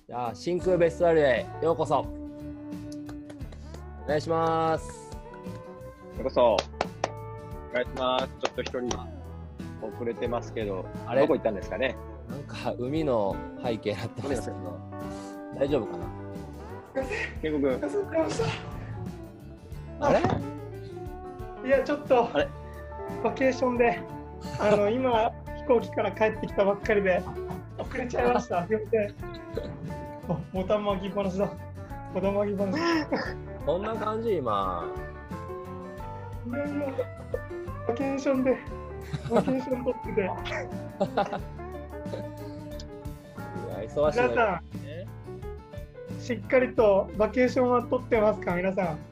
じゃあ真空ベストラルへようこそ。お願いします。 ようこそ。お願いします。ちょっと一人遅れてますけど、 あれどこ行ったんですかね。 なんか海の背景になってますけど、大丈夫かな。 健吾君。 忘れてましあれ？ た。いや、ちょっとあれバケーションで、今飛行機から帰ってきたばっかりで遅れちゃいました。すいません。ボタンも開きっぱなしだ。ボタンも開きっぱなし。 こんな感じ今。 いやいや、バケーションで、バケーション取ってて。 いや忙しい皆さん、しっかりとバケーションは取ってますか、皆さん。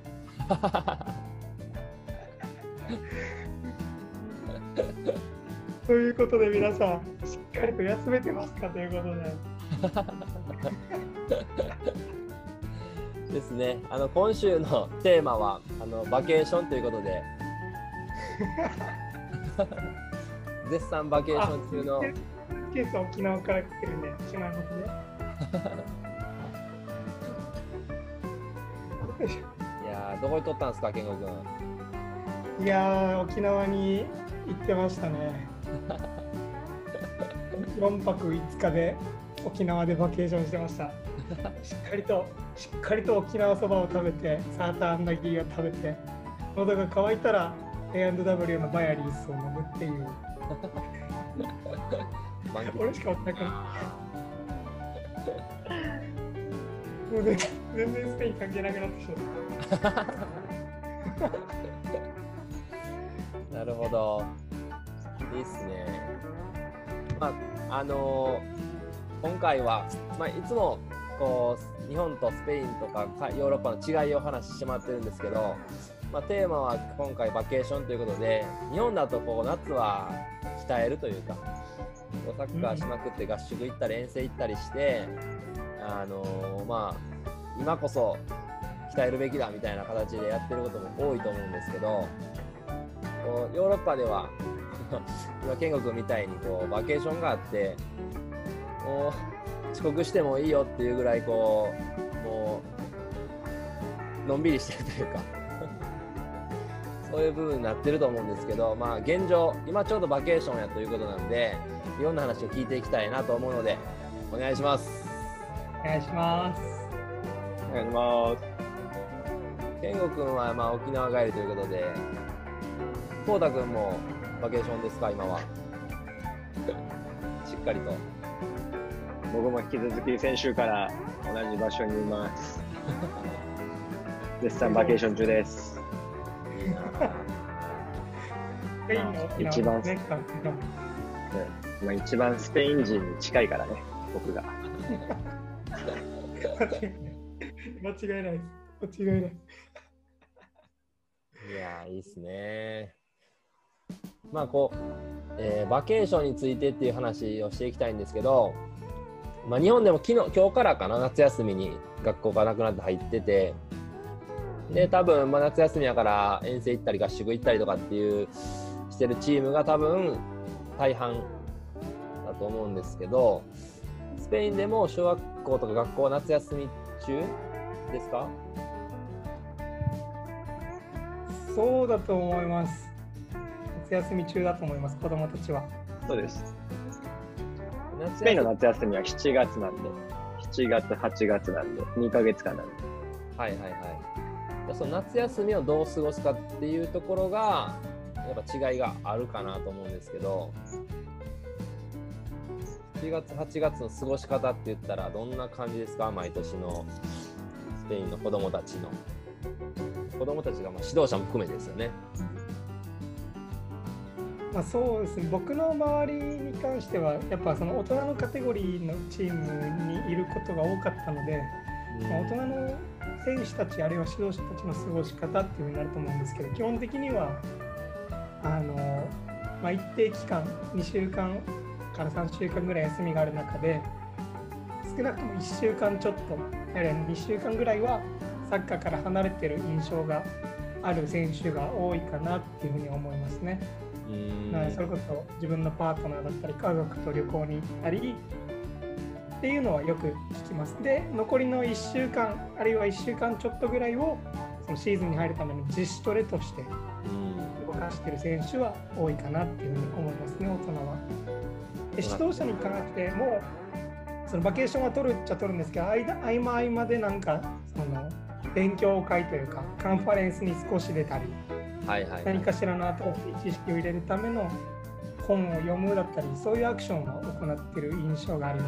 ということで皆さん、しっかりと休めてますかということで。 ですね。今週のテーマはバケーションということで、絶賛バケーション中のケース沖縄から来てるんで、しまいますね。 いやー、どこに撮ったんですか、健吾君。 いやー、沖縄に行ってましたね。4泊5日で沖縄でバケーションしてました。しっかりと沖縄そばを食べて、サーターアンダギーを食べて、喉が渇いたら A&W のバヤリースを飲むっていう。俺しかおったかもうね、全然スペイン関係なくなってきた。 なるほど。いいっすね。まあ今回は、いつもこう日本とスペインとかヨーロッパの違いをお話ししてもらってるんですけど、テーマは今回バケーションということで、日本だとこう夏は鍛えるというか、サッカーしまくって合宿行ったり遠征行ったりして、今こそ鍛えるべきだみたいな形でやってることも多いと思うんですけど、こうヨーロッパでは今健吾君みたいにこうバケーションがあって、もう遅刻してもいいよっていうぐらいこうもうのんびりしてるというかそういう部分になってると思うんですけど、現状今ちょうどバケーションやということなんで、いろんな話を聞いていきたいなと思うのでお願いします。 お願いします。 お願いします。 健吾君は沖縄帰りということで、こうた君もバケーションですか今は。しっかりと。 僕も引き続き先週から同じ場所にいます。絶賛バケーション中です。 いいな。 スペインの沖縄一番ね、 一番スペイン人に近いからね、僕が。 間違いないです。間違いない。 いやいいっすね。バケーションについてっていう話をしていきたいんですけど、日本でも今日からかな、夏休みに学校がなくなって入ってて、で多分夏休みやから遠征行ったり合宿行ったりとかっていうしてるチームが多分大半だと思うんですけど、スペインでも小学校とか学校は夏休み中ですか？ そうだと思います。夏休み中だと思います、子供たちは。 そうです。スペインの夏休みは7月なんで、7月、8月なんで、2ヶ月間なんで。 はいはいはい。その夏休みをどう過ごすかっていうところがやっぱ違いがあるかなと思うんですけど、7月8月の過ごし方って言ったらどんな感じですか？毎年のスペインの子どもたちが指導者も含めてですよね。 そうですね、僕の周りに関してはやっぱその大人のカテゴリーのチームにいることが多かったので、大人の選手たちあるいは指導者たちの過ごし方っていうふうになると思うんですけど、基本的には一定期間2週間から3週間ぐらい休みがある中で、少なくとも1週間ちょっと2週間ぐらいはサッカーから離れてる印象がある選手が多いかなっていうふうに思いますね。それこそ自分のパートナーだったり家族と旅行に行ったり、 っていうのはよく聞きます。で、残りの1週間、あるいは1週間ちょっとぐらいをそのシーズンに入るための自主トレとして動かしている選手は多いかなっていうふうに思いますね、大人は。で、指導者に関しても、そのバケーションは取るっちゃ取るんですけど、合間でなんかその勉強会というか、カンファレンスに少し出たり、何かしらの新しい知識を入れるための本を読むだったり、そういうアクションを行っている印象があります。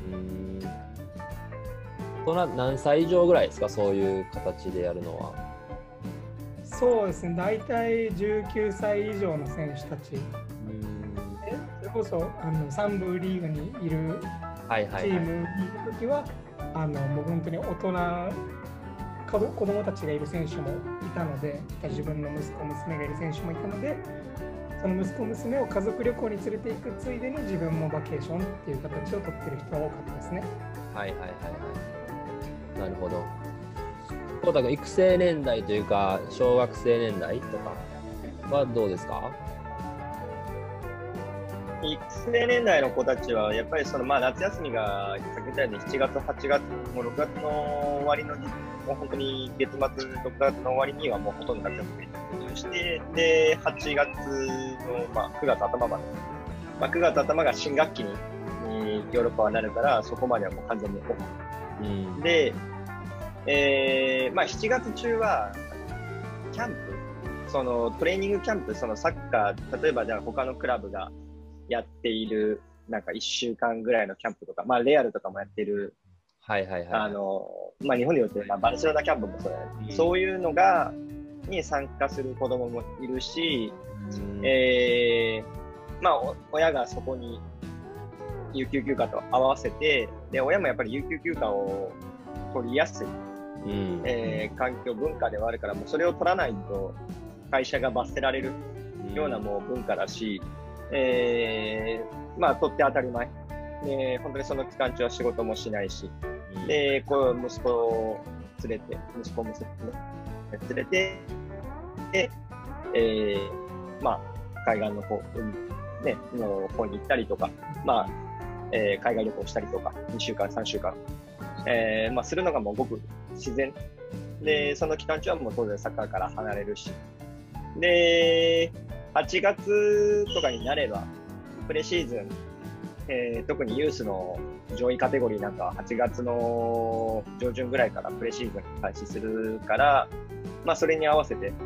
何歳以上ぐらいですか、そういう形でやるのは。 そうですね、大体19歳以上の選手たち。それこそ3部リーグにいるチームにいるときは、もう本当に大人、子供たちがいる選手もいたので、自分の息子、娘がいる選手もいたので、その息子、娘を家族旅行に連れていくついでに自分もバケーションっていう形を取っている人が多かったですね。 なるほど。コウタ君、育成年代というか、小学生年代とかはどうですか？ 育成年代の子たちは、やっぱり夏休みが先言ったように7月、8月、もう6月の終わりの、もう本当に月末、6月の終わりにはもうほとんど夏休みに突入して、で、8月の、9月頭まで、9月頭が新学期にヨーロッパはなるから、そこまではもう完全にオフ。で、7月中は、キャンプ、トレーニングキャンプ、サッカー、例えばじゃあ他のクラブがやっている、なんか1週間ぐらいのキャンプとか、レアルとかもやってる、日本でよって、バルセロナキャンプもそうだね。そういうのに参加する子供もいるし、親がそこに有給休暇と合わせて、で、親もやっぱり有給休暇を取りやすい、環境、文化ではあるから、もうそれを取らないと会社が罰せられるようなもう文化だし、取って当たり前。で、本当にその期間中は仕事もしないし、で、息子を連れて、娘連れて、で、海岸の方、の方に行ったりとか、海外旅行したりとか、2週間、3週間、するのがもうごく自然。で、その期間中はもう当然サッカーから離れるし。で、8月とかになれば、プレシーズン、特にユースの上位カテゴリーなんかは8月の上旬ぐらいからプレシーズン開始するから、それに合わせて、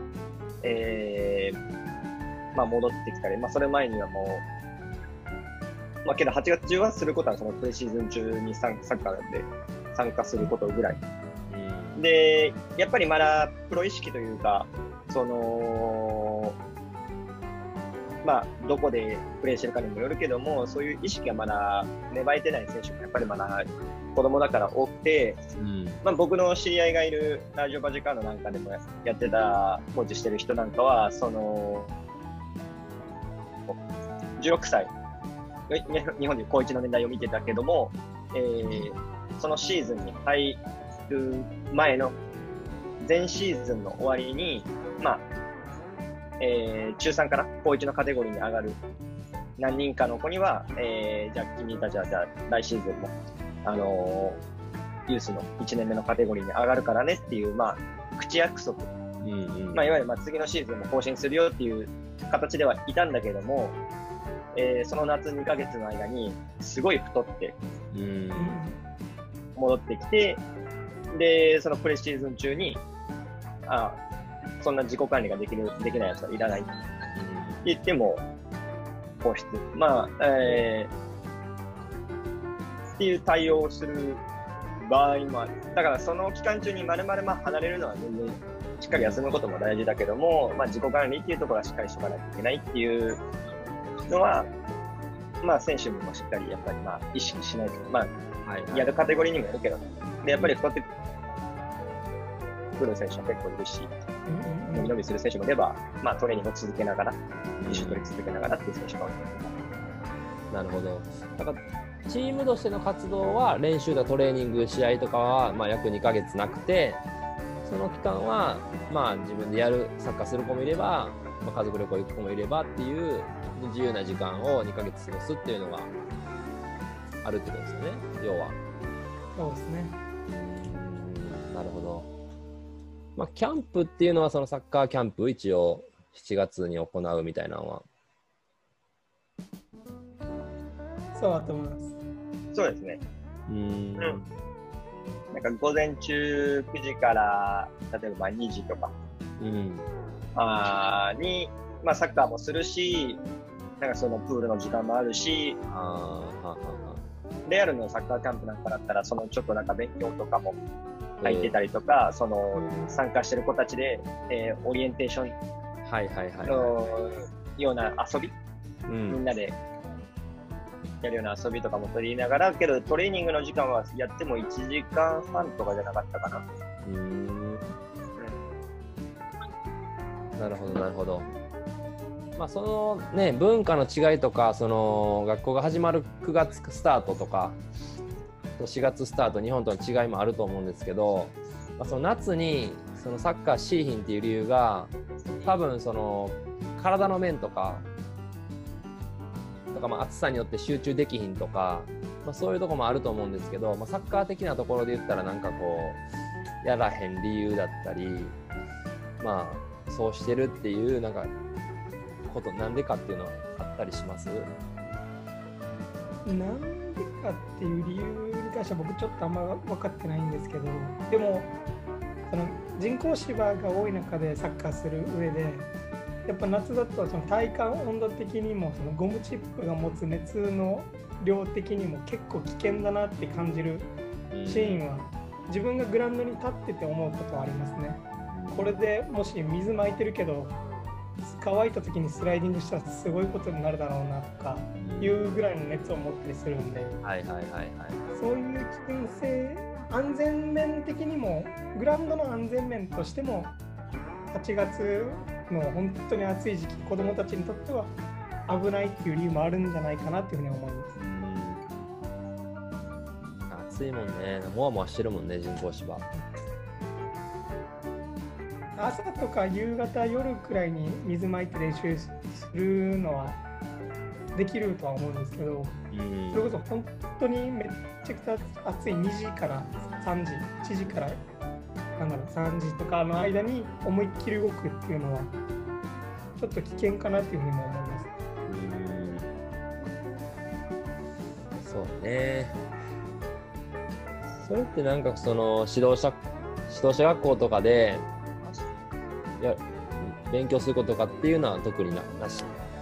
戻ってきたり、それ前にはもう、けど8月中はすることはそのプレシーズン中にサッカーで参加することぐらい。で、やっぱりまだプロ意識というか、どこでプレーしてるかにもよるけども、そういう意識がまだ芽生えてない選手もやっぱりまだ子供だから多くて、僕の知り合いがいるラジオバジカーノなんかでもやってた、コーチしてる人なんかは、16歳、日本で高1の年代を見てたけども、そのシーズンに入る前の前シーズンの終わりに、中3から高1のカテゴリーに上がる何人かの子には、じゃあ君たちはじゃあ来シーズンも、ユースの1年目のカテゴリーに上がるからねっていう、口約束、いわゆる次のシーズンも更新するよっていう形ではいたんだけども、その夏2ヶ月の間にすごい太って戻ってきて、で、そのプレシーズン中に、そんな自己管理ができないやつはいらないって言っても放出。っていう対応をする場合もある。だからその期間中に丸々離れるのは全然しっかり休むことも大事だけども、自己管理っていうところはしっかりしとかないといけないっていうのは、選手にもしっかりやっぱり意識しないと。やるカテゴリーにもよるけど、で、やっぱり太ってくる選手は結構いるし、伸び伸びする選手もいれば、トレーニングを続けながら、自主トレ続けながらっていう選手が多い。 なるほど。だからチームとしての活動は練習とかトレーニング、試合とかは約2ヶ月なくて、その期間は自分でやるサッカーする子もいれば、家族旅行行く子もいればっていう自由な時間を2ヶ月過ごすっていうのがあるってことですよね、要は。 そうですね。 なるほど。まあ、キャンプっていうのはそのサッカーキャンプ一応7月に行うみたいなのは。 そうだと思います。 そうですね。なんか午前中9時から例えば2時とか、に、まあ、サッカーもするし、なんかそのプールの時間もあるし、レアルのサッカーキャンプなんかだったら、そのちょっとなんか勉強とかも入ってたりとか、その参加してる子たちで、オリエンテーションのような遊び、みんなでやるような遊びとかも取り入れながら、けどトレーニングの時間はやっても1時間半とかじゃなかったかな。 なるほどなるほど。まあそのね、文化の違いとか、その学校が始まる9月スタートとか4月スタート、日本との違いもあると思うんですけど、まあ、その夏にそのサッカーしいひんっていう理由が、多分その体の面とかまあ暑さによって集中できひんとか、まあ、そういうとこもあると思うんですけど、まあ、サッカー的なところで言ったらなんかこうやらへん理由だったり、まあそうしてるっていうなんかことなんでかっていうのはあったりします？ なんでかっていう理由に関しては僕ちょっとあんま分かってないんですけど、でもその人工芝が多い中でサッカーする上で、やっぱ夏だとその体感温度的にもそのゴムチップが持つ熱の量的にも結構危険だなって感じるシーンは自分がグラウンドに立ってて思うことはありますね。これでもし水巻いてるけど乾いた時にスライディングしたらすごいことになるだろうなとかいうぐらいの熱を持ったりするんで、そういう危険性、安全面的にもグラウンドの安全面としても8月の本当に暑い時期、子どもたちにとっては危ないっていう理由もあるんじゃないかなっていうふうに思います。 暑いもんね、もわもわしてるもんね、人工芝。 朝とか夕方夜くらいに水まいて練習するのはできるとは思うんですけど、それこそ本当にめっちゃくちゃ暑い2時から3時、1時から3時とかの間に思いっきり動くっていうのはちょっと危険かなっていうふうにも思います。 そうね。それってなんかその指導者学校とかで勉強することとかっていうのは特になし？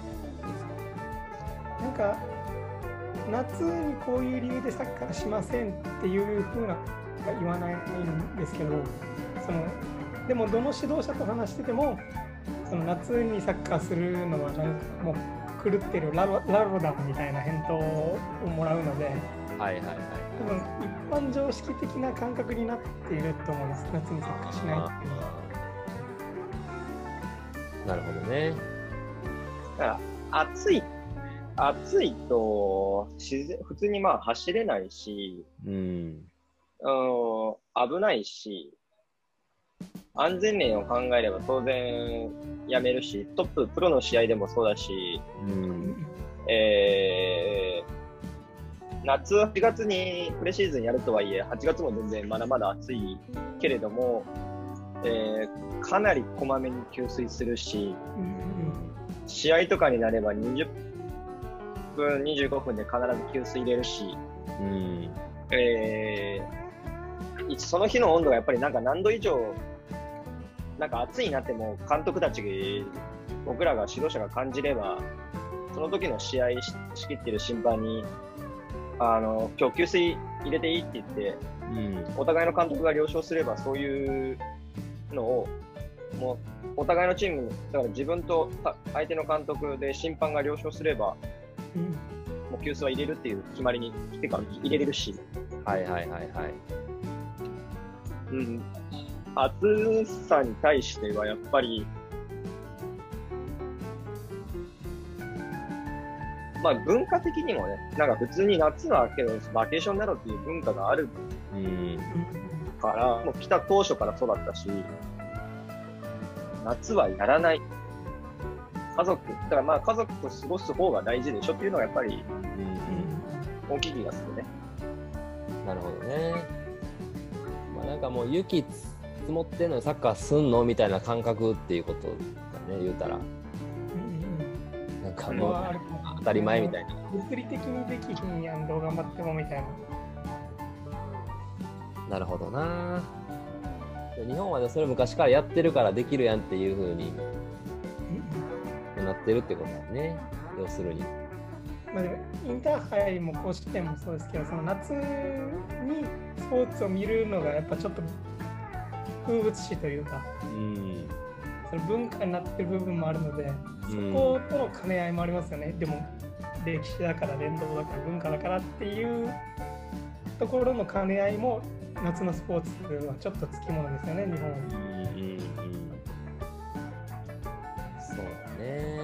なんか夏にこういう理由でサッカーしませんっていう風な言わないんですけど、でもどの指導者と話しててもその夏にサッカーするのはなんかもう狂ってるラロダンみたいな返答をもらうので、多分一般常識的な感覚になっていると思います。夏にサッカーしないっていうのは。 なるほどね。 だから暑いと普通にまあ走れないし、危ないし、安全面を考えれば当然やめるし、プロの試合でもそうだし、夏8月にプレシーズンやるとはいえ、8月も全然まだまだ暑いけれども、かなりこまめに給水するし、試合とかになれば20分、25分で必ず給水入れるし、その日の温度がやっぱりなんか何度以上、なんか暑いなっても監督たち、僕らが指導者が感じれば、その時の試合仕切ってる審判に、今日給水入れていいって言って、お互いの監督が了承すれば、そういうのをもうお互いのチーム、だから自分と相手の監督で審判が了承すれば、もう給水は入れるっていう決まりにしてから入れれるし、暑さに対してはやっぱり、まあ文化的にもね、なんか普通に夏はけどバケーションだろうっていう文化があるから、もう来た当初からそうだったし、夏はやらない。だからまあ家族と過ごす方が大事でしょっていうのがやっぱり、 大きい気がするね。 なるほどね。まあなんかもう雪積もってんのにサッカーすんのみたいな感覚っていうことだね、言うたら。なんかもう当たり前みたいな。 物理的にできひんやん、どう頑張ってもみたいな。 なるほどな。日本はそれ昔からやってるからできるやんっていう風になってるってことだね、要するに。 まあ、でもインターハイも甲子園もそうですけど、その夏にスポーツを見るのがやっぱちょっと風物詩というか、その文化になってる部分もあるので、そことの兼ね合いもありますよね。でも歴史だから伝統だから文化だからっていうところの兼ね合いも夏のスポーツはちょっとつきものですよね、日本は。 そうだね。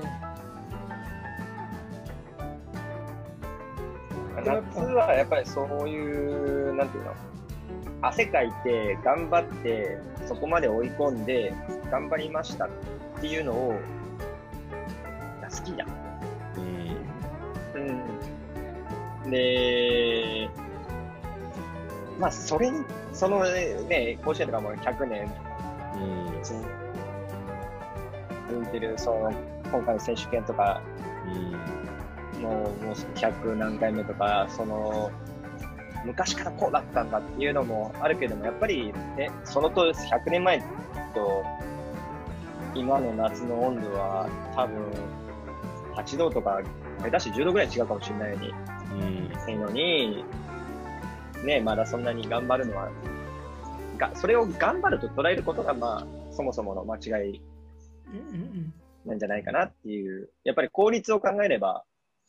夏はやっぱりそういう、なんていうの、汗かいて頑張ってそこまで追い込んで頑張りましたっていうのを好きじゃん。で、まあそれにそのね、甲子園とかも100年続いてる、その今回の選手権とか、もう100何回目とか、その昔からこうだったんだっていうのもあるけども、やっぱりね、その当時100年前と今の夏の温度は多分8度とか下手して10度ぐらい違うかもしれないのに、ね、まだそんなに頑張るのはそれを頑張ると捉えることが、まあそもそもの間違いなんじゃないかなっていう。やっぱり効率を考えれば、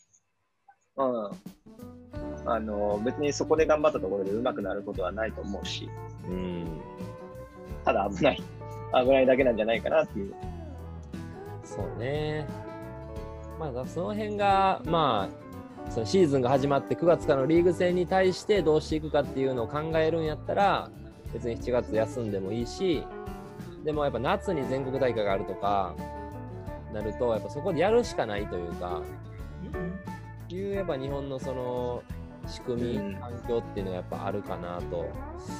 別にそこで頑張ったところで上手くなることはないと思うし、ただ危ないだけなんじゃないかなっていう。 そうね。まあその辺がそのシーズンが始まって9月からのリーグ戦に対してどうしていくかっていうのを考えるんやったら、別に7月休んでもいいし、でもやっぱ夏に全国大会があるとかなると、やっぱそこでやるしかないというか、やっぱ日本のその仕組み、環境っていうのがやっぱあるかなと思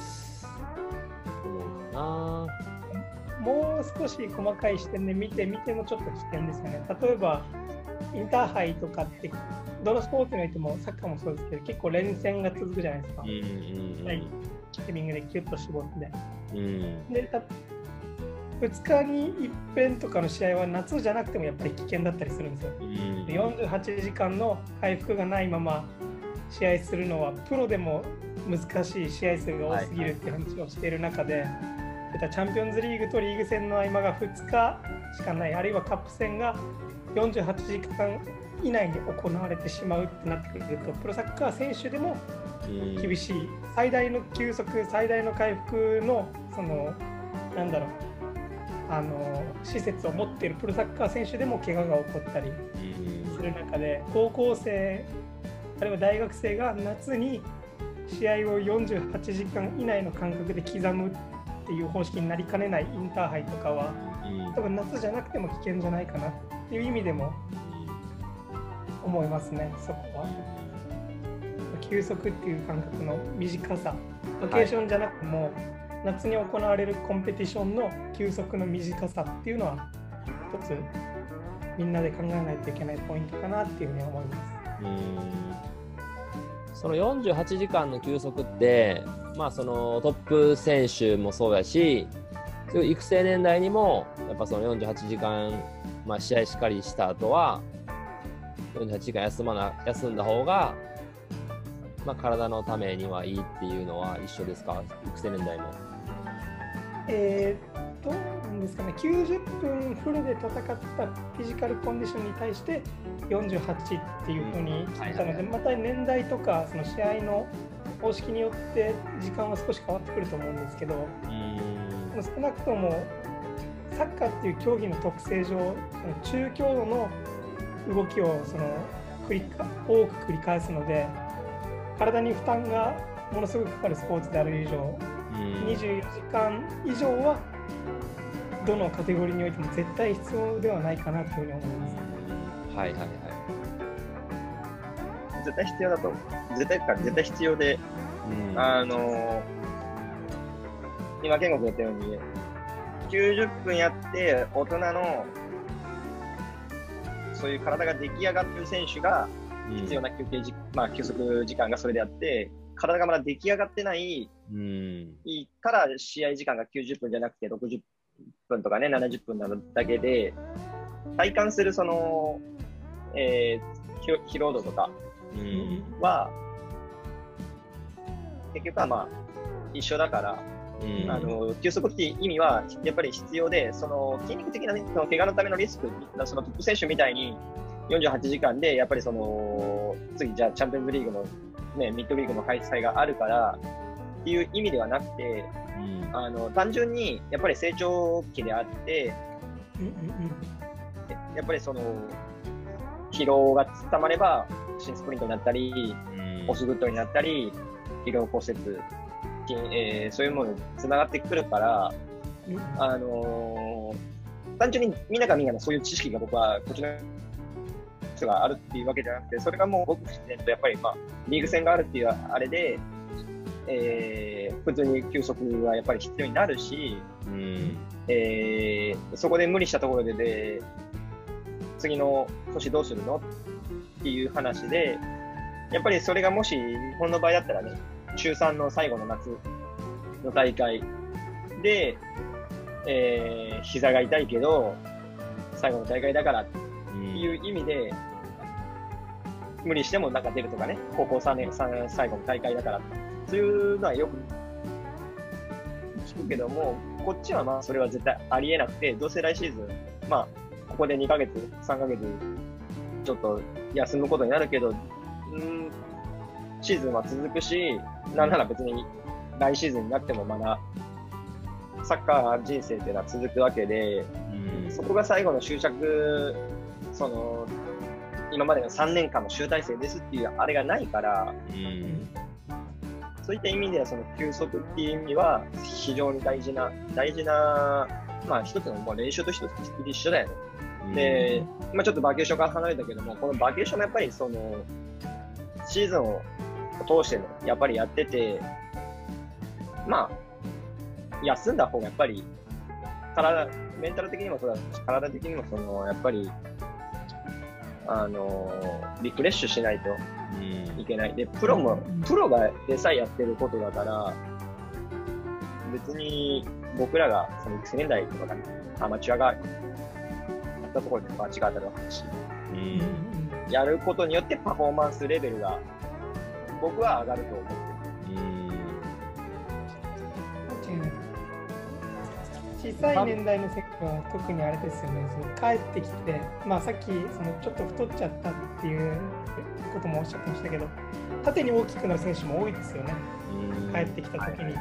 うな。 もう少し細かい視点で見てもちょっと危険ですよね。例えばインターハイとかってどのスポーツにおいてもサッカーもそうですけど、結構連戦が続くじゃないですか。タイミングでキュッと絞って、で2日に一遍とかの試合は夏じゃなくてもやっぱり危険だったりするんですよ。48時間の回復がないまま試合するのはプロでも難しい、試合数が多すぎるって話をしている中で、チャンピオンズリーグとリーグ戦の合間が2日しかない、あるいはカップ戦が48時間以内に行われてしまうってなってくると、プロサッカー選手でも厳しい、最大の休息、最大の回復のその施設を持っているプロサッカー選手でも怪我が起こったりする中で、高校生あるいは大学生が夏に試合を48時間以内の間隔で刻むっていう方式になりかねないインターハイとかは、多分夏じゃなくても危険じゃないかなっていう意味でも思いますね。そこは休息っていう感覚の短さ、ロケーションじゃなくても、夏に行われるコンペティションの休息の短さっていうのは一つみんなで考えないといけないポイントかなっていうふうに思います。 その48時間の休息って、そのトップ選手もそうやし、育成年代にもやっぱその48時間、試合しっかりした後は48時間休んだ方が、体のためにはいいっていうのは一緒ですか、育成年代も。 どうなんですかね、90分フルで戦ったフィジカルコンディションに対して48っていうふうに聞いたので、また年代とかその試合の方式によって時間は少し変わってくると思うんですけど、少なくともサッカーっていう競技の特性上、その中強度の動きを多く繰り返すので、体に負担がものすごくかかるスポーツである以上、24時間以上はどのカテゴリーにおいても絶対必要ではないかなというふうに思います。 絶対必要だと思う。絶対必要で、今、健吾君言ったように、90分やって、大人の、そういう体が出来上がってる選手が、必要な休息時間がそれであって、体がまだ出来上がってない、から試合時間が90分じゃなくて60分とかね、70分なのだけで、体感するその、疲労度とかは、結局はまあ一緒だから、休息っていう意味はやっぱり必要で、その筋肉的な、ね、その怪我のためのリスク、そのトップ選手みたいに48時間で、やっぱりその次、じゃあチャンピオンズリーグの、ね、ミッドリーグの開催があるからっていう意味ではなくて、単純にやっぱり成長期であって、やっぱりその疲労が伝まれば新スプリントになったり、オスグッドになったり、疲労骨折、そういうものにつながってくるから、単純にみんながそういう知識が僕はこっちの人があるっていうわけじゃなくて、それがもう僕自然とやっぱり、リーグ戦があるっていうあれで、普通に休息はやっぱり必要になるし、そこで無理したところで、次の年どうするのっていう話で、やっぱりそれがもし日本の場合だったらね、中3の最後の夏の大会で、膝が痛いけど最後の大会だからっていう意味で、無理してもなんか出るとかね、高校3年最後の大会だからそういうのはよく聞くけども、こっちはまあそれは絶対ありえなくて、どうせ来シーズンここで2ヶ月3ヶ月ちょっと休むことになるけど、シーズンは続くし、なんなら別に来シーズンになってもまだサッカー人生っていうのは続くわけで、そこが最後の終着、その今までの3年間の集大成ですっていうあれがないから、そういった意味ではその休息っていう意味は非常に大事な一つの練習として一緒だよね。で、ちょっとバケーションから離れたけども、このバケーションもやっぱりそのシーズンを通してね、やっぱりやってて、休んだ方がやっぱりメンタル的にもそうだし、体的にもそのやっぱりリフレッシュしないといけない。で、プロがでさえやってることだから、別に僕らがその育成年代とかね、アマチュアがやったところでバチが当たるわけだし、やることによってパフォーマンスレベルが僕は上がると思ってる。 小さい年代の選手は特にあれですよね、その帰ってきて、さっきそのちょっと太っちゃったっていうこともおっしゃってましたけど、縦に大きくなる選手も多いですよね。帰ってきた時に1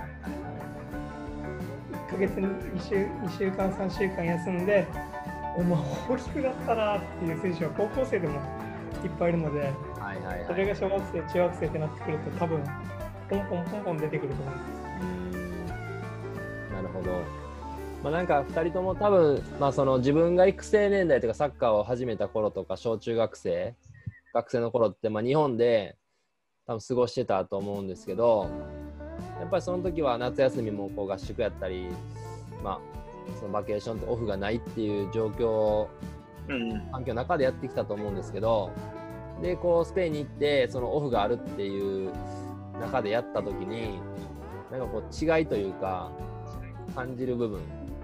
ヶ月に2週間3週間休んで、お前大きくなったなっていう選手は高校生でもいっぱいいるので、それが小学生中学生ってなってくると多分ポンポン出てくると思います。 なるほど。なんか2人とも多分、その自分が育成年代とかサッカーを始めた頃とか小中学生の頃って、日本で多分過ごしてたと思うんですけど、やっぱりその時は夏休みもこう合宿やったり、そのバケーションとオフがないっていう状況、環境の中でやってきたと思うんですけど、でこうスペインに行ってそのオフがあるっていう中でやった時に、なんかこう違いというか感じる部分。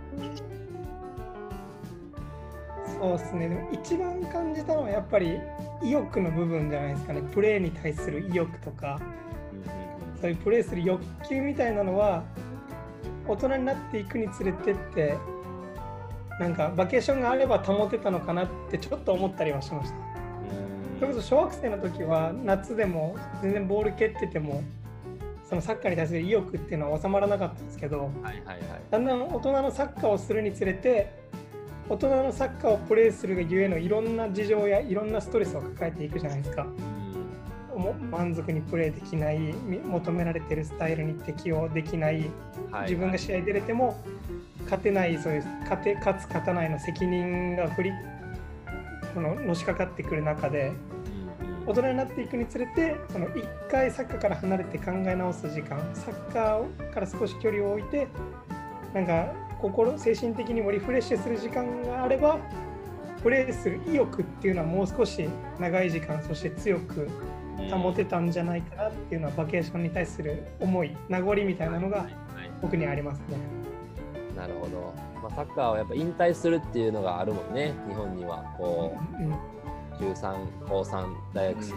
そうですね。でも一番感じたのはやっぱり意欲の部分じゃないですかね。プレーに対する意欲とか、そういうプレーする欲求みたいなのは大人になっていくにつれてって、なんかバケーションがあれば保てたのかなってちょっと思ったりはしました。それこそ小学生の時は夏でも全然ボール蹴っててもそのサッカーに対する意欲っていうのは収まらなかったんですけど、だんだん大人のサッカーをするにつれて、大人のサッカーをプレーするがゆえのいろんな事情やいろんなストレスを抱えていくじゃないですか。満足にプレーできない、求められてるスタイルに適応できない、自分が試合出れても勝てない、そういう勝つ勝たないの責任がのしかかってくる中で、 大人になっていくにつれて、その1回サッカーから離れて考え直す時間、サッカーから少し距離を置いて、なんか精神的にもリフレッシュする時間があれば、プレーする意欲っていうのはもう少し長い時間、そして強く保てたんじゃないかなっていうのは、バケーションに対する思い、名残みたいなのが僕にありますね。 なるほど。まあ、サッカーをやっぱ引退するっていうのがあるもんね、日本には。こう、中3、高3、大学生って。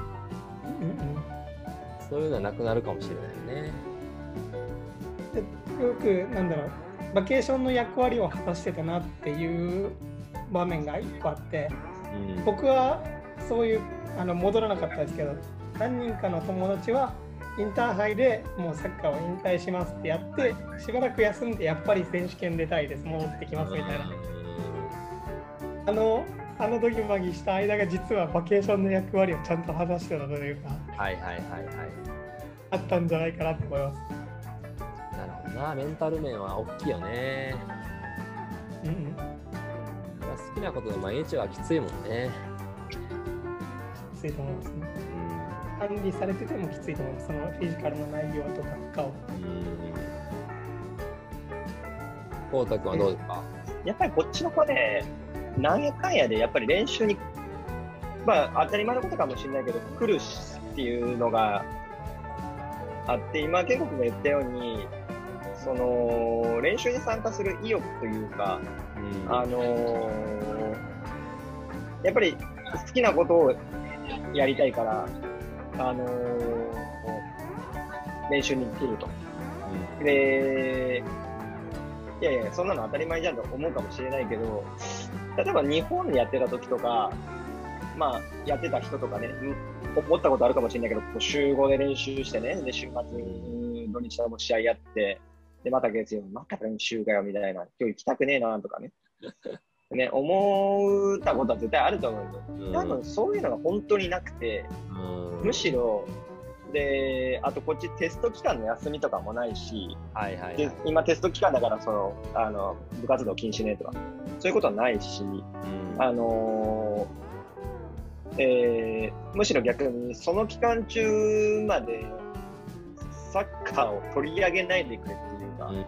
そういうのはなくなるかもしれないね。 でよく、なんだろう、バケーションの役割を果たしてたなっていう場面が1個あって、僕はそういう戻らなかったですけど、何人かの友達はインターハイでもうサッカーを引退しますってやって、しばらく休んでやっぱり選手権出たいです、戻ってきますみたいな。ドギマギした間が実はバケーションの役割をちゃんと果たしてたというか、あったんじゃないかなと思います。 なるほどな、メンタル面は大きいよね。好きなことの毎日はきついもんね。 きついと思いますね。管理されててもきついと思います。そのフィジカルの内容とか負荷を。 こうたくんはどうですか？ やっぱりこっちの子で、なんやかんやでやっぱり練習に、まあ当たり前のことかもしれないけど、来るっていうのがあって、今、健吾君が言ったように、その練習に参加する意欲というか、やっぱり好きなことをやりたいから、練習に来ると。で、いやいや、そんなの当たり前じゃんと思うかもしれないけど、例えば日本でやってた時とか、まあ、やってた人とかね、思ったことあるかもしれないけど、週5で練習してね、で、週末、土日でも試合やって、で、また月曜日、また練習かよみたいな、今日行きたくねえなとかね、ね、思ったことは絶対あると思うんですよ。多分そういうのが本当になくて、むしろ、で、あとこっちテスト期間の休みとかもないし、で今テスト期間だから部活動禁止ねとか、そういうことはないし、むしろ逆にその期間中までサッカーを取り上げないでくれっていうか、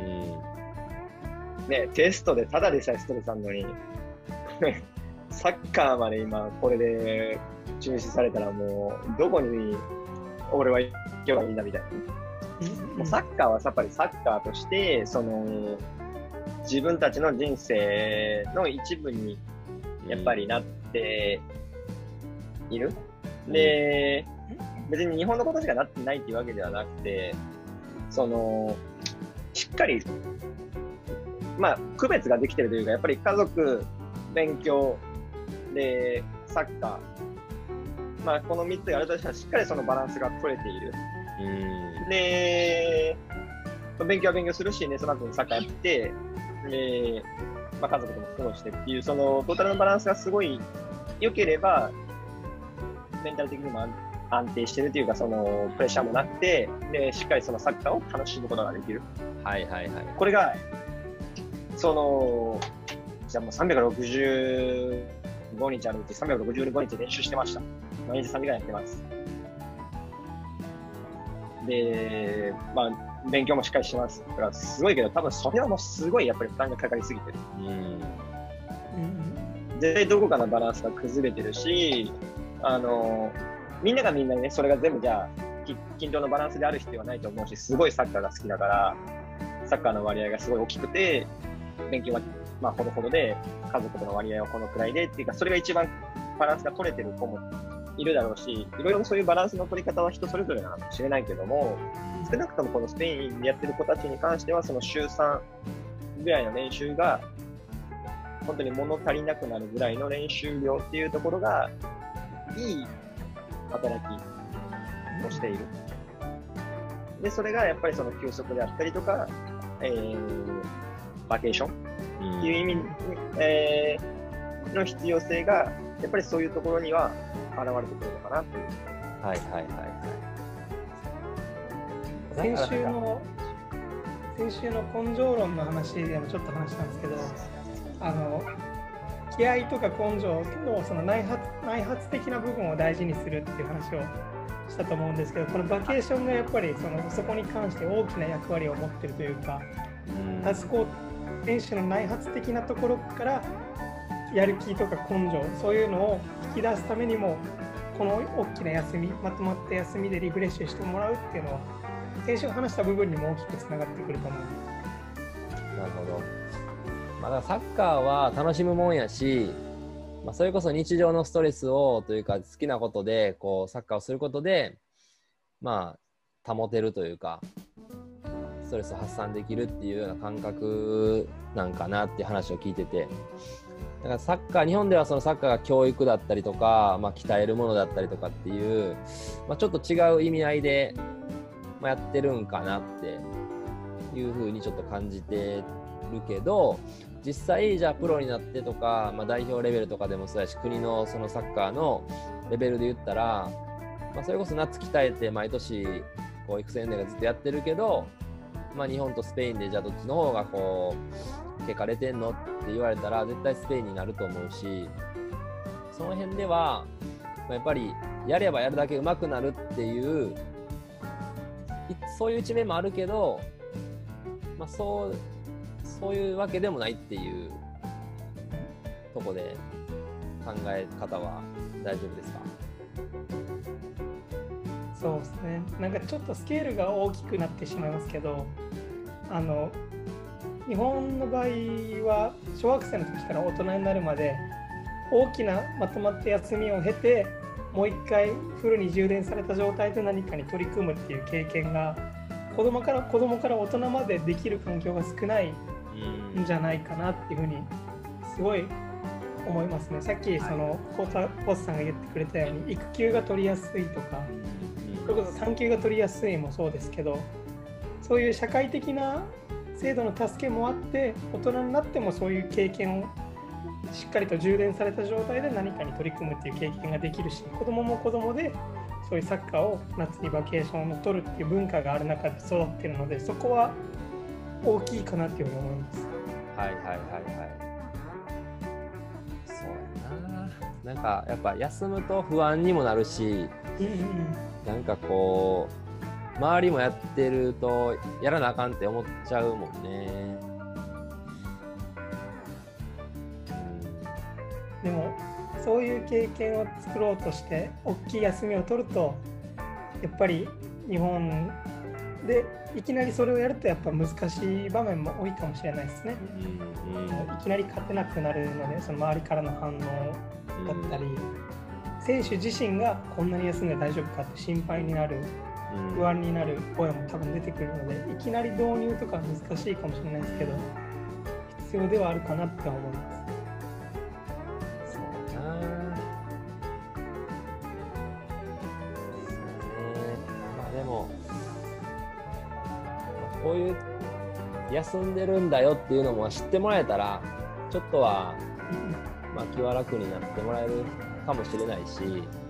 ね、テストでただでさえストレスあるのにサッカーまで今これで中止されたらもうどこに俺は行けばいいんだみたいな。もうサッカーはやっぱりサッカーとして自分たちの人生の一部にやっぱりなっている。で、別に日本のことしかなってないっていうわけではなくて、しっかりまあ区別ができてるというか、やっぱり家族、勉強でサッカー、まあ、この3つがあるとしたらしっかりそのバランスが取れている。で、勉強は勉強するしね、その後にサッカーやって、で、まあ、家族とも過ごしてっていう、そのトータルのバランスがすごい良ければ、メンタル的にも安定してるというか、プレッシャーもなくて、で、しっかりそのサッカーを楽しむことができる。これが、じゃあもう365日あるうち365日練習してました。毎日3時間やってます。で、まあ、勉強もしっかりしてます。だからすごいけど、多分それはもうすごいやっぱり負担がかかりすぎてる。絶対どこかのバランスが崩れてるし、みんながみんなにね、それが全部じゃあ、均等のバランスである必要はないと思うし、すごいサッカーが好きだから、サッカーの割合がすごい大きくて、勉強はまあほどほどで、家族との割合はこのくらいでっていうか、それが一番バランスが取れてる子もいるだろうし、いろいろそういうバランスの取り方は人それぞれなのかもしれないけども、少なくともこのスペインでやってる子たちに関しては、その週3ぐらいの練習が、本当に物足りなくなるぐらいの練習量っていうところが、いい働きをしている。で、それがやっぱりその休息であったりとか、バケーションっていう意味、の必要性が、やっぱりそういうところには現れてくるのかなっていう。 先週の根性論の話でもちょっと話したんですけど、 気合とか根性のその内発的な部分を大事にするっていう話をしたと思うんですけど、このバケーションがやっぱりそこに関して大きな役割を持ってるというか、選手の内発的なところからやる気とか根性、そういうのを引き出すためにも、この大きな休み、まとまった休みでリフレッシュしてもらうっていうのは、先週話した部分にも大きくつながってくると思う。 なるほど。だからサッカーは楽しむもんやし、それこそ日常のストレスをというか好きなことでこうサッカーをすることで保てるというか、ストレスを発散できるっていうような感覚なんかなっていう話を聞いてて、だからサッカー、日本ではそのサッカーが教育だったりとか、鍛えるものだったりとかっていう、ちょっと違う意味合いで、やってるんかなっていうふうにちょっと感じてるけど、実際じゃあプロになってとか、代表レベルとかでもそうやし、国のそのサッカーのレベルで言ったら、それこそ夏鍛えて毎年こう育成年がずっとやってるけど、日本とスペインでじゃあどっちの方がこう結果出てんのって言われたら絶対スペインになると思うし、その辺ではやっぱりやればやるだけ上手くなるっていうそういう一面もあるけど、そういうわけでもないっていうとこで考え方は大丈夫ですか？ そうですね。なんかちょっとスケールが大きくなってしまいますけど、日本の場合は小学生の時から大人になるまで大きなまとまった休みを経て、もう一回フルに充電された状態で何かに取り組むっていう経験が子供から大人までできる環境が少ないんじゃないかなっていうふうにすごい思いますね。さっきコスさんが言ってくれたように育休が取りやすいとか、それこそ産休が取りやすいもそうですけど、そういう社会的な制度の助けもあって、大人になってもそういう経験をしっかりと充電された状態で何かに取り組むっていう経験ができるし、子供も子供でそういうサッカーを夏にバケーションを取るっていう文化がある中で育っているので、そこは大きいかなっていうふうに思います。 はいはいはいはい。そうやな。なんかやっぱ休むと不安にもなるし、なんかこう周りもやってるとやらなあかんって思っちゃうもんね。 でもそういう経験を作ろうとして大きい休みを取ると、やっぱり日本でいきなりそれをやるとやっぱ難しい場面も多いかもしれないですね。いきなり勝てなくなるので、その周りからの反応だったり、選手自身がこんなに休んで大丈夫かって心配になる、不安になる声も多分出てくるので、いきなり導入とか難しいかもしれないですけど、必要ではあるかなって思います。 こういう休んでるんだよっていうのも知ってもらえたら、ちょっとは気は楽になってもらえるかもしれないし、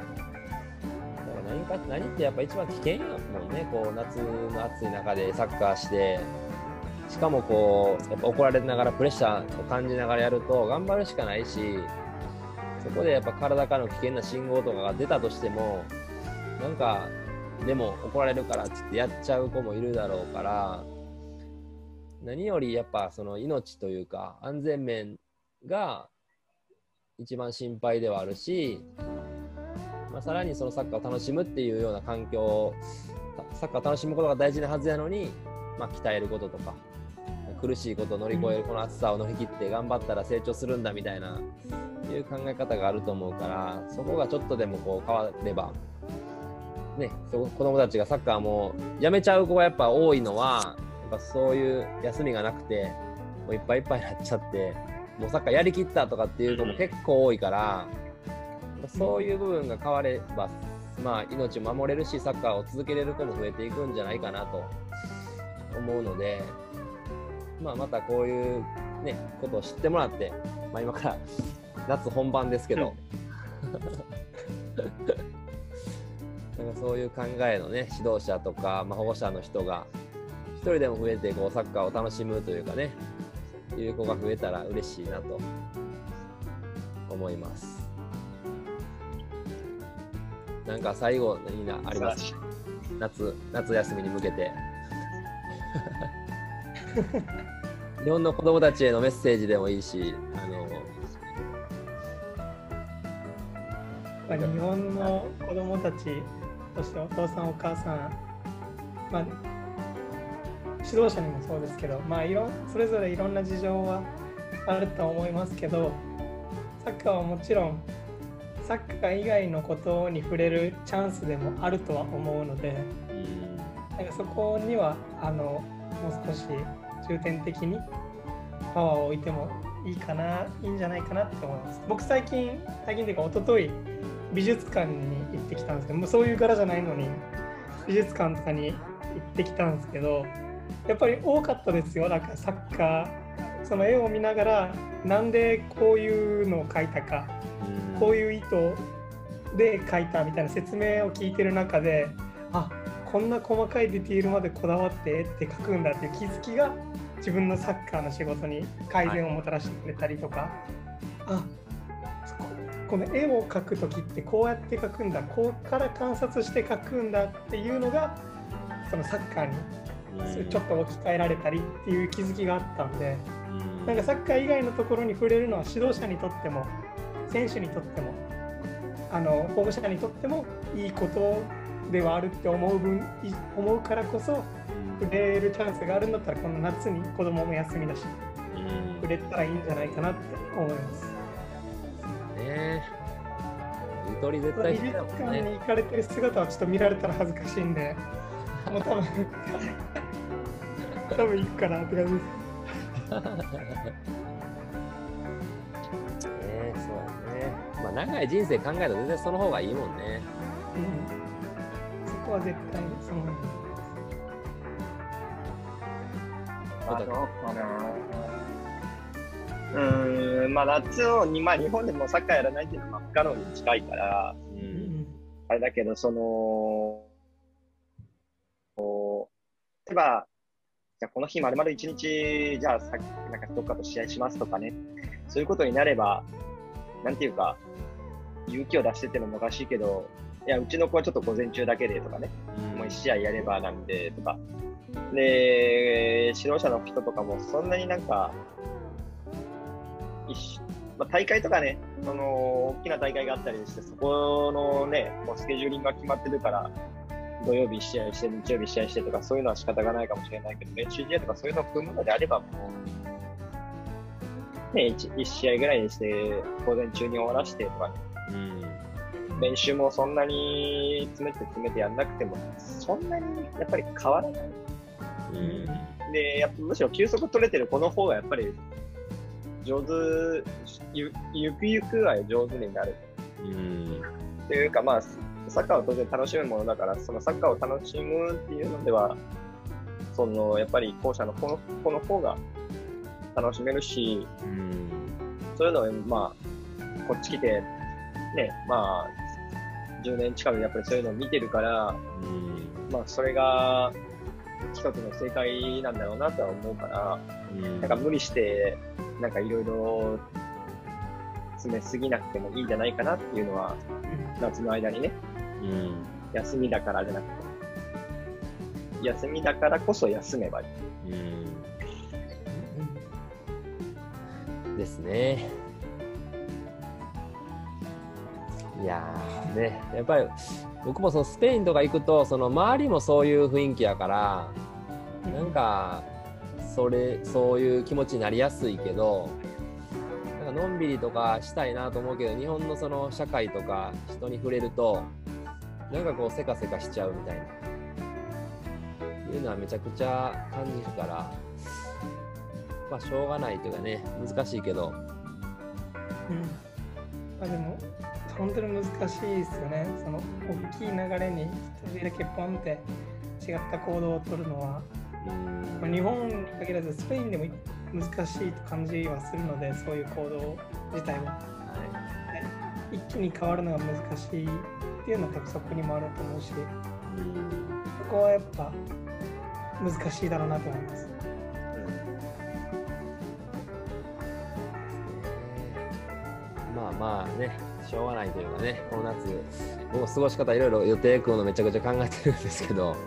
だから何ってやっぱ一番危険やもんね。こう夏の暑い中でサッカーして、しかもこうやっぱ怒られながらプレッシャーを感じながらやると頑張るしかないし、そこでやっぱ体からの危険な信号とかが出たとしても、なんかでも怒られるからって言ってやっちゃう子もいるだろうから、何よりやっぱその命というか安全面が一番心配ではあるし、さらにそのサッカーを楽しむっていうような環境、サッカーを楽しむことが大事なはずやのに、鍛えることとか苦しいことを乗り越える、この暑さを乗り切って頑張ったら成長するんだみたいないう考え方があると思うから、そこがちょっとでもこう変わればね、子供たちがサッカーもやめちゃう子がやっぱ多いのは、やっぱそういう休みがなくてもういっぱいいっぱいになっちゃって、もうサッカーやりきったとかっていう子も結構多いから、そういう部分が変われば、命を守れるしサッカーを続けれる子も増えていくんじゃないかなと思うので、またこういうねことを知ってもらって、今から夏本番ですけど、なんかそういう考えのね指導者とか、保護者の人が一人でも増えてこうサッカーを楽しむというかね、いう子が増えたら嬉しいなと思います。なんか最後にありますか？夏休みに向けて日本の子供たちへのメッセージでもいいし、 日本の子供たち、そしてお父さんお母さん、指導者にもそうですけど、それぞれいろんな事情はあると思いますけど、サッカーはもちろんサッカー以外のことに触れるチャンスでもあるとは思うので、なんかそこにはもう少し重点的にパワーを置いてもいいんじゃないかなって思います。僕最近というか一昨日美術館に行ってきたんですけど、もうそういう柄じゃないのに美術館とかに行ってきたんですけど、やっぱり多かったですよ。なんかサッカー、その絵を見ながらなんでこういうのを描いたか、こういう意図で描いたみたいな説明を聞いてる中で、こんな細かいディティールまでこだわって絵って描くんだっていう気づきが自分のサッカーの仕事に改善をもたらしてくれたりとか、この絵を描くときってこうやって描くんだ、こうから観察して描くんだっていうのがそのサッカーにちょっと置き換えられたりっていう気づきがあったんで、なんかサッカー以外のところに触れるのは指導者にとっても選手にとっても保護者にとってもいいことではあるって思うからこそ、触れるチャンスがあるんだったらこの夏に子供も休みだし、触れたらいいんじゃないかなって思います。 ゆとり絶対美術館に行かれてる姿はちょっと見られたら恥ずかしいんで、もう多分行くかなって感じです。 そうね。長い人生考えたら全然その方がいいもんね。 そこは絶対その方がいい。 夏を日本でもサッカーやらないっていうのは不可能に近いから、あれだけど、例えば、じゃあこの日丸々一日、じゃあなんかどっかと試合しますとかね、そういうことになれば、なんていうか、勇気を出してってのもおかしいけど、いや、うちの子はちょっと午前中だけでとかね、もう1試合やればなんでとか、で、指導者の人とかもそんなになんか、大会とかね、大きな大会があったりして、そこのね、もうスケジューリングが決まってるから、土曜日試合して、日曜日試合してとか、そういうのは仕方がないかもしれないけど、練習試合とかそういうのを組むのであれば、もう、ね、1試合ぐらいにして、午前中に終わらしてとかね、練習もそんなに詰めてやんなくても、そんなにやっぱり変わらない。で、むしろ休息取れてる子の方がやっぱり、ゆくゆくは上手になる。っていうか、サッカーは当然楽しむものだから、そのサッカーを楽しむっていうのでは、やっぱり後者の子の方が楽しめるし、そういうのを、こっち来て、ね、10年近くやっぱりそういうのを見てるから、それが一つの正解なんだろうなとは思うから、なんか無理して、なんかいろいろ詰めすぎなくてもいいんじゃないかなっていうのは、夏の間にね、休みだからじゃなくて、休みだからこそ休めばいい。ですね。いやーね、やっぱり僕もスペインとか行くと、周りもそういう雰囲気やから、なんかそういう気持ちになりやすいけど、なんかのんびりとかしたいなと思うけど、日本の社会とか人に触れると、なんかこうせかせかしちゃうみたいな、いうのはめちゃくちゃ感じるから、しょうがないというかね、難しいけど。 でも本当に難しいですよね。大きい流れに一人だけポンって違った行動を取るのは、日本に限らずスペインでも難しいと感じはするので、そういう行動自体は、一気に変わるのが難しいっていうのは多分そこにもあると思うし、そこはやっぱ難しいだろうなと思います。 まあね、しょうがないというかね、この夏、僕も過ごし方いろいろ予定組むのめちゃくちゃ考えてるんですけど、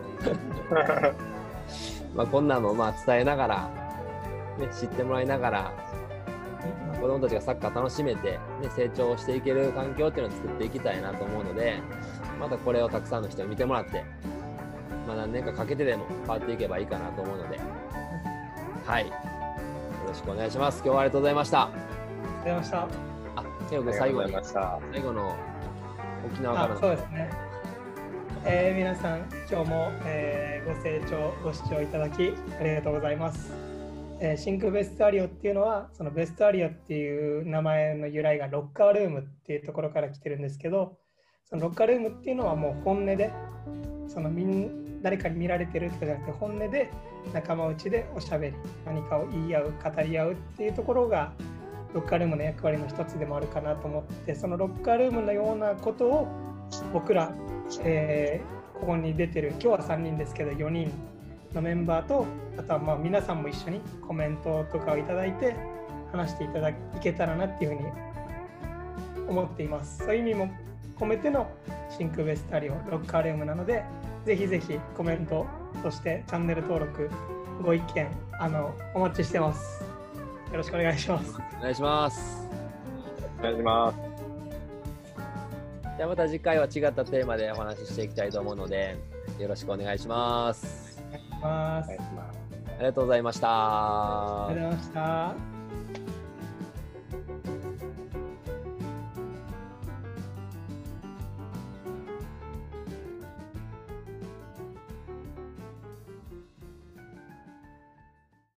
まあこんなのまあ伝えながら、ね、知ってもらいながら、子供たちがサッカー楽しめて、ね、成長していける環境っていうのを作っていきたいなと思うので、またこれをたくさんの人に見てもらって、まあ、何年かかけてでも変わっていけばいいかなと思うので、はい、よろしくお願いします。今日はありがとうございました。 ありがとうございました。 あ、ケイゴ君最後に最後の沖縄からの。 そうですね。皆さん今日も、ご清聴ご視聴いただきありがとうございます。シンクベストアリオっていうのはそのベストアリオっていう名前の由来がロッカールームっていうところから来てるんですけど、そのロッカールームっていうのはもう本音でその誰かに見られてるとかじゃなくて本音で仲間内でおしゃべり何かを言い合う語り合うっていうところがロッカールームの役割の一つでもあるかなと思って、そのロッカールームのようなことを僕ら、ここに出てる今日は3人ですけど4人のメンバーと、あとはまあ皆さんも一緒にコメントとかをいただいて話していけたらなっていうふうに思っています。そういう意味も込めてのシンクベストアリオロッカールームなので、ぜひぜひコメント、そしてチャンネル登録、ご意見お待ちしてます。よろしくお願いします。 お願いします。 お願いします。 じゃあまた次回は違ったテーマでお話ししていきたいと思うので、よろしくお願いします。 お願いします。 お願いします。 ありがとうございました。 ありがとうございました。